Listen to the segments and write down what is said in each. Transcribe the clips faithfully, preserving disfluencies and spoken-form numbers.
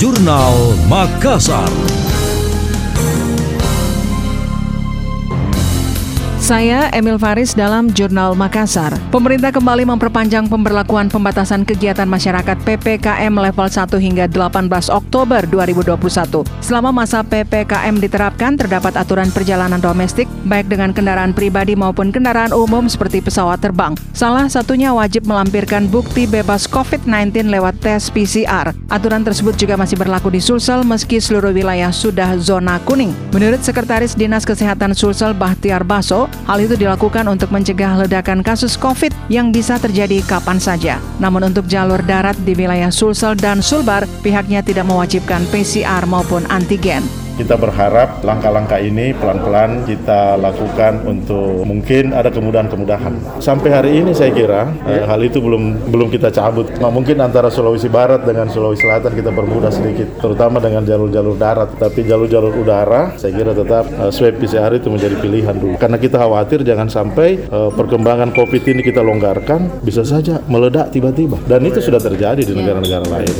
Jurnal Makassar. Saya Emil Faris dalam Jurnal Makassar. Pemerintah kembali memperpanjang pemberlakuan pembatasan kegiatan masyarakat P P K M level satu hingga delapan belas Oktober dua ribu dua puluh satu. Selama masa P P K M diterapkan, terdapat aturan perjalanan domestik, baik dengan kendaraan pribadi maupun kendaraan umum seperti pesawat terbang. Salah satunya wajib melampirkan bukti bebas covid sembilan belas lewat tes P C R. Aturan tersebut juga masih berlaku di Sulsel meski seluruh wilayah sudah zona kuning. Menurut Sekretaris Dinas Kesehatan Sulsel Bahtiar Baso, hal itu dilakukan untuk mencegah ledakan kasus COVID yang bisa terjadi kapan saja. Namun untuk jalur darat di wilayah Sulsel dan Sulbar, pihaknya tidak mewajibkan P C R maupun antigen. Kita berharap langkah-langkah ini pelan-pelan kita lakukan untuk mungkin ada kemudahan-kemudahan. Sampai hari ini saya kira eh, hal itu belum belum kita cabut. Nah, mungkin antara Sulawesi Barat dengan Sulawesi Selatan kita permudah sedikit, terutama dengan jalur-jalur darat. Tapi jalur-jalur udara saya kira tetap eh, swab P C R itu menjadi pilihan dulu. Karena kita khawatir jangan sampai eh, perkembangan COVID ini kita longgarkan, bisa saja meledak tiba-tiba. Dan itu sudah terjadi di negara-negara lain.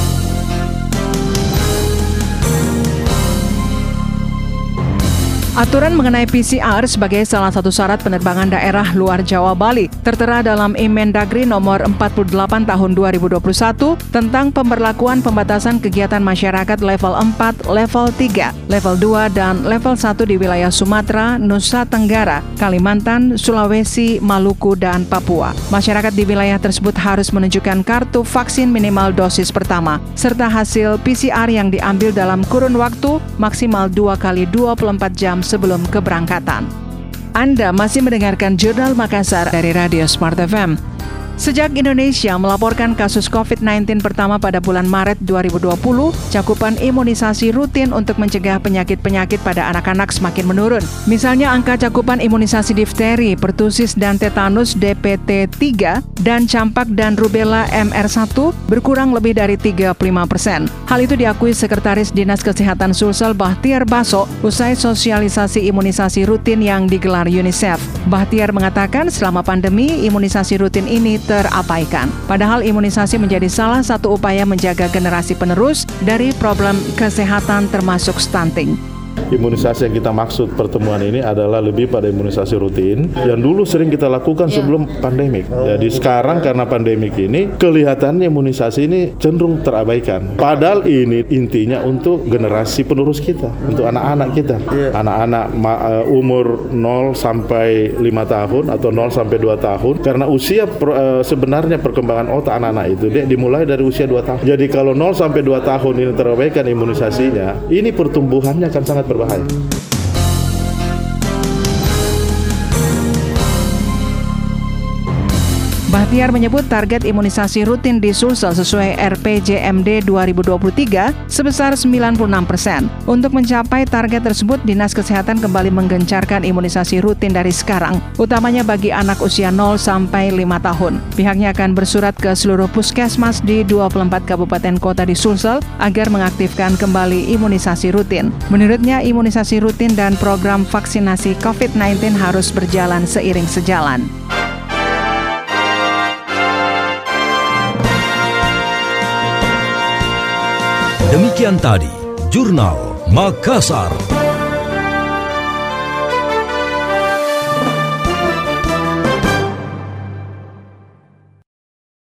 Aturan mengenai P C R sebagai salah satu syarat penerbangan daerah luar Jawa Bali tertera dalam Imendagri nomor empat puluh delapan tahun dua ribu dua puluh satu tentang pemberlakuan pembatasan kegiatan masyarakat level empat, level tiga, level dua, dan level satu di wilayah Sumatera, Nusa Tenggara, Kalimantan, Sulawesi, Maluku, dan Papua. Masyarakat di wilayah tersebut harus menunjukkan kartu vaksin minimal dosis pertama serta hasil P C R yang diambil dalam kurun waktu maksimal dua kali dua puluh empat jam sebelum keberangkatan. Anda masih mendengarkan Jurnal Makassar dari Radio Smart F M. Sejak Indonesia melaporkan kasus covid sembilan belas pertama pada bulan Maret dua ribu dua puluh, cakupan imunisasi rutin untuk mencegah penyakit-penyakit pada anak-anak semakin menurun. Misalnya angka cakupan imunisasi difteri, pertusis dan tetanus D P T tiga dan campak dan rubella M R satu berkurang lebih dari tiga puluh lima persen. Hal itu diakui Sekretaris Dinas Kesehatan Sulsel Bahtiar Baso usai sosialisasi imunisasi rutin yang digelar UNICEF. Bahtiar mengatakan selama pandemi imunisasi rutin ini terabaikan. Padahal imunisasi menjadi salah satu upaya menjaga generasi penerus dari problem kesehatan termasuk stunting. Imunisasi yang kita maksud pertemuan ini adalah lebih pada imunisasi rutin yang dulu sering kita lakukan sebelum pandemik. Jadi sekarang karena pandemik ini kelihatannya imunisasi ini cenderung terabaikan. Padahal ini intinya untuk generasi penerus kita, untuk anak-anak kita. Anak-anak ma- umur nol sampai lima tahun atau nol sampai dua tahun. Karena usia per, uh, sebenarnya perkembangan otak anak-anak itu dia dimulai dari usia dua tahun. Jadi kalau nol sampai dua tahun ini terabaikan imunisasinya, ini pertumbuhannya akan sangat berbahaya. Bahtiar menyebut target imunisasi rutin di Sulsel sesuai R P J M D dua ribu dua puluh tiga sebesar sembilan puluh enam persen. Untuk mencapai target tersebut, Dinas Kesehatan kembali menggencarkan imunisasi rutin dari sekarang, utamanya bagi anak usia nol sampai lima tahun. Pihaknya akan bersurat ke seluruh puskesmas di dua puluh empat kabupaten kota di Sulsel agar mengaktifkan kembali imunisasi rutin. Menurutnya, imunisasi rutin dan program vaksinasi covid sembilan belas harus berjalan seiring sejalan. Demikian tadi Jurnal Makassar.